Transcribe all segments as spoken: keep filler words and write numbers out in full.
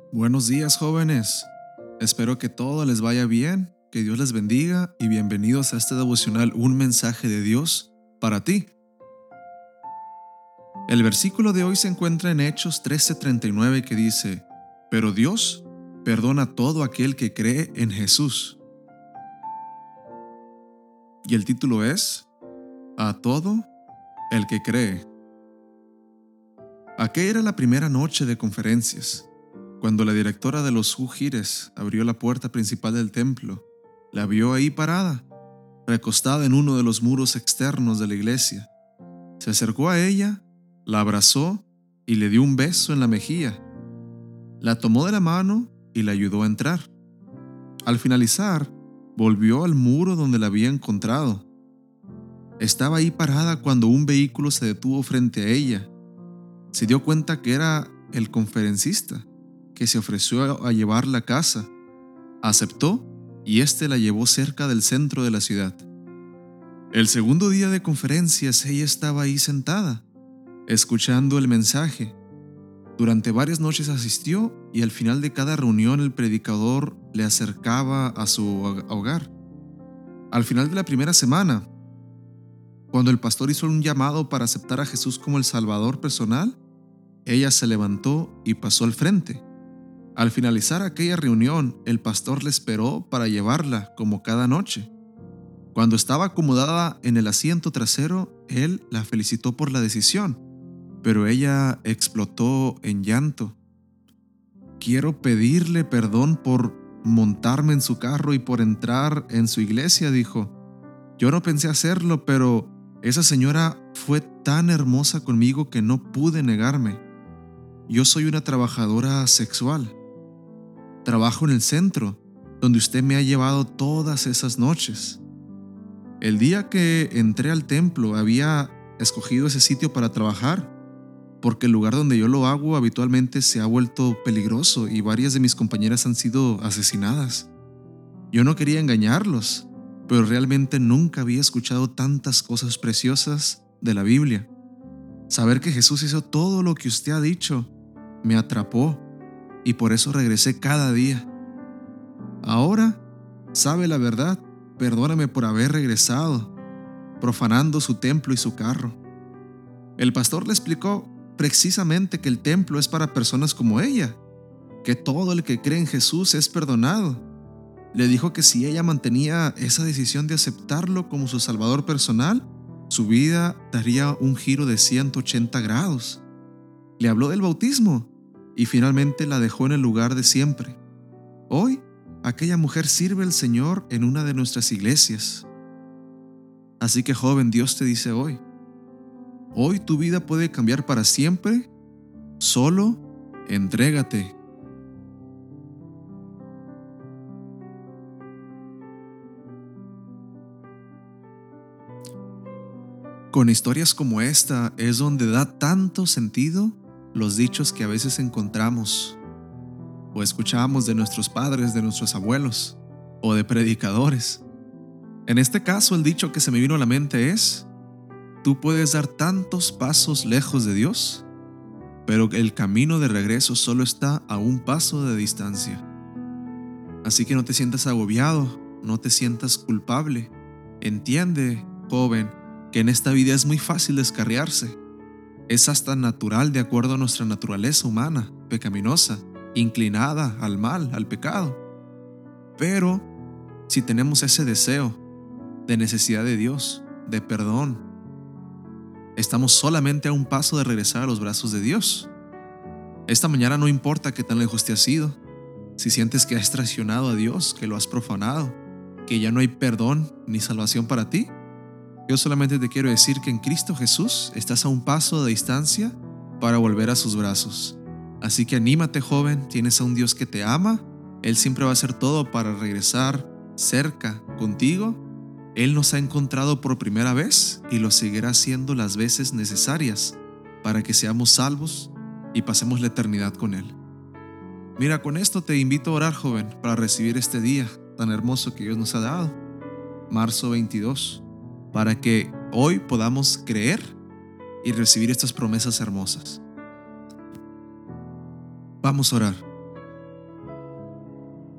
Buenos días, jóvenes. Espero que todo les vaya bien, que Dios les bendiga y bienvenidos a este devocional Un mensaje de Dios para ti. El versículo de hoy se encuentra en Hechos trece treinta y nueve que dice: Pero Dios perdona a todo aquel que cree en Jesús. Y el título es A todo el que cree. Aquella era la primera noche de conferencias. Cuando la directora de los Ujires abrió la puerta principal del templo, la vio ahí parada, recostada en uno de los muros externos de la iglesia. Se acercó a ella, la abrazó y le dio un beso en la mejilla. La tomó de la mano y la ayudó a entrar. Al finalizar, volvió al muro donde la había encontrado. Estaba ahí parada cuando un vehículo se detuvo frente a ella. Se dio cuenta que era el conferencista, que se ofreció a llevarla a casa. Aceptó y éste la llevó cerca del centro de la ciudad. El segundo día de conferencias ella estaba ahí sentada, escuchando el mensaje. Durante varias noches asistió y al final de cada reunión el predicador le acercaba a su hogar. Al final de la primera semana, cuando el pastor hizo un llamado para aceptar a Jesús como el Salvador personal, ella se levantó y pasó al frente. Al finalizar aquella reunión, el pastor le esperó para llevarla como cada noche. Cuando estaba acomodada en el asiento trasero, él la felicitó por la decisión, pero ella explotó en llanto. Quiero pedirle perdón por montarme en su carro y por entrar en su iglesia, dijo. Yo no pensé hacerlo, pero esa señora fue tan hermosa conmigo que no pude negarme. Yo soy una trabajadora sexual. Trabajo en el centro, donde usted me ha llevado todas esas noches. El día que entré al templo había escogido ese sitio para trabajar, porque el lugar donde yo lo hago habitualmente se ha vuelto peligroso y varias de mis compañeras han sido asesinadas. Yo no quería engañarlos, pero realmente nunca había escuchado tantas cosas preciosas de la Biblia. Saber que Jesús hizo todo lo que usted ha dicho me atrapó. Y por eso regresé cada día. Ahora, sabe la verdad, perdóname por haber regresado, profanando su templo y su carro. El pastor le explicó precisamente que el templo es para personas como ella, que todo el que cree en Jesús es perdonado. Le dijo que si ella mantenía esa decisión de aceptarlo como su salvador personal, su vida daría un giro de ciento ochenta grados. Le habló del bautismo y finalmente la dejó en el lugar de siempre. Hoy, aquella mujer sirve al Señor en una de nuestras iglesias. Así que, joven, Dios te dice hoy, hoy tu vida puede cambiar para siempre, solo entrégate. Con historias como esta es donde da tanto sentido los dichos que a veces encontramos o escuchamos de nuestros padres, de nuestros abuelos o de predicadores. En este caso, el dicho que se me vino a la mente es: tú puedes dar tantos pasos lejos de Dios, pero el camino de regreso solo está a un paso de distancia. Así que no te sientas agobiado, no te sientas culpable. Entiende, joven, que en esta vida es muy fácil descarriarse. Es hasta natural de acuerdo a nuestra naturaleza humana, pecaminosa, inclinada al mal, al pecado. Pero si tenemos ese deseo de necesidad de Dios, de perdón, estamos solamente a un paso de regresar a los brazos de Dios. Esta mañana no importa qué tan lejos te has ido, si sientes que has traicionado a Dios, que lo has profanado, que ya no hay perdón ni salvación para ti, yo solamente te quiero decir que en Cristo Jesús estás a un paso de distancia para volver a sus brazos. Así que anímate, joven, tienes a un Dios que te ama. Él siempre va a hacer todo para regresar cerca contigo. Él nos ha encontrado por primera vez y lo seguirá haciendo las veces necesarias para que seamos salvos y pasemos la eternidad con Él. Mira, con esto te invito a orar, joven, para recibir este día tan hermoso que Dios nos ha dado, marzo veintidós, para que hoy podamos creer y recibir estas promesas hermosas. Vamos a orar.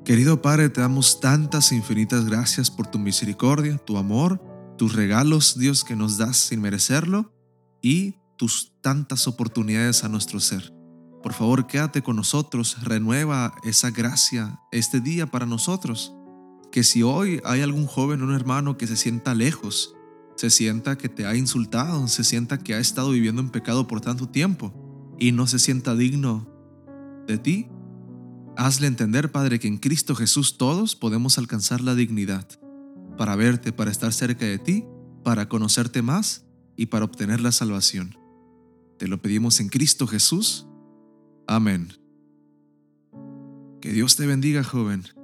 Querido Padre, te damos tantas infinitas gracias por tu misericordia, tu amor, tus regalos, Dios, que nos das sin merecerlo, y tus tantas oportunidades a nuestro ser. Por favor, quédate con nosotros, renueva esa gracia este día para nosotros. Que si hoy hay algún joven o un hermano que se sienta lejos, se sienta que te ha insultado, se sienta que ha estado viviendo en pecado por tanto tiempo y no se sienta digno de ti, hazle entender, Padre, que en Cristo Jesús todos podemos alcanzar la dignidad para verte, para estar cerca de ti, para conocerte más y para obtener la salvación. Te lo pedimos en Cristo Jesús. Amén. Que Dios te bendiga, joven.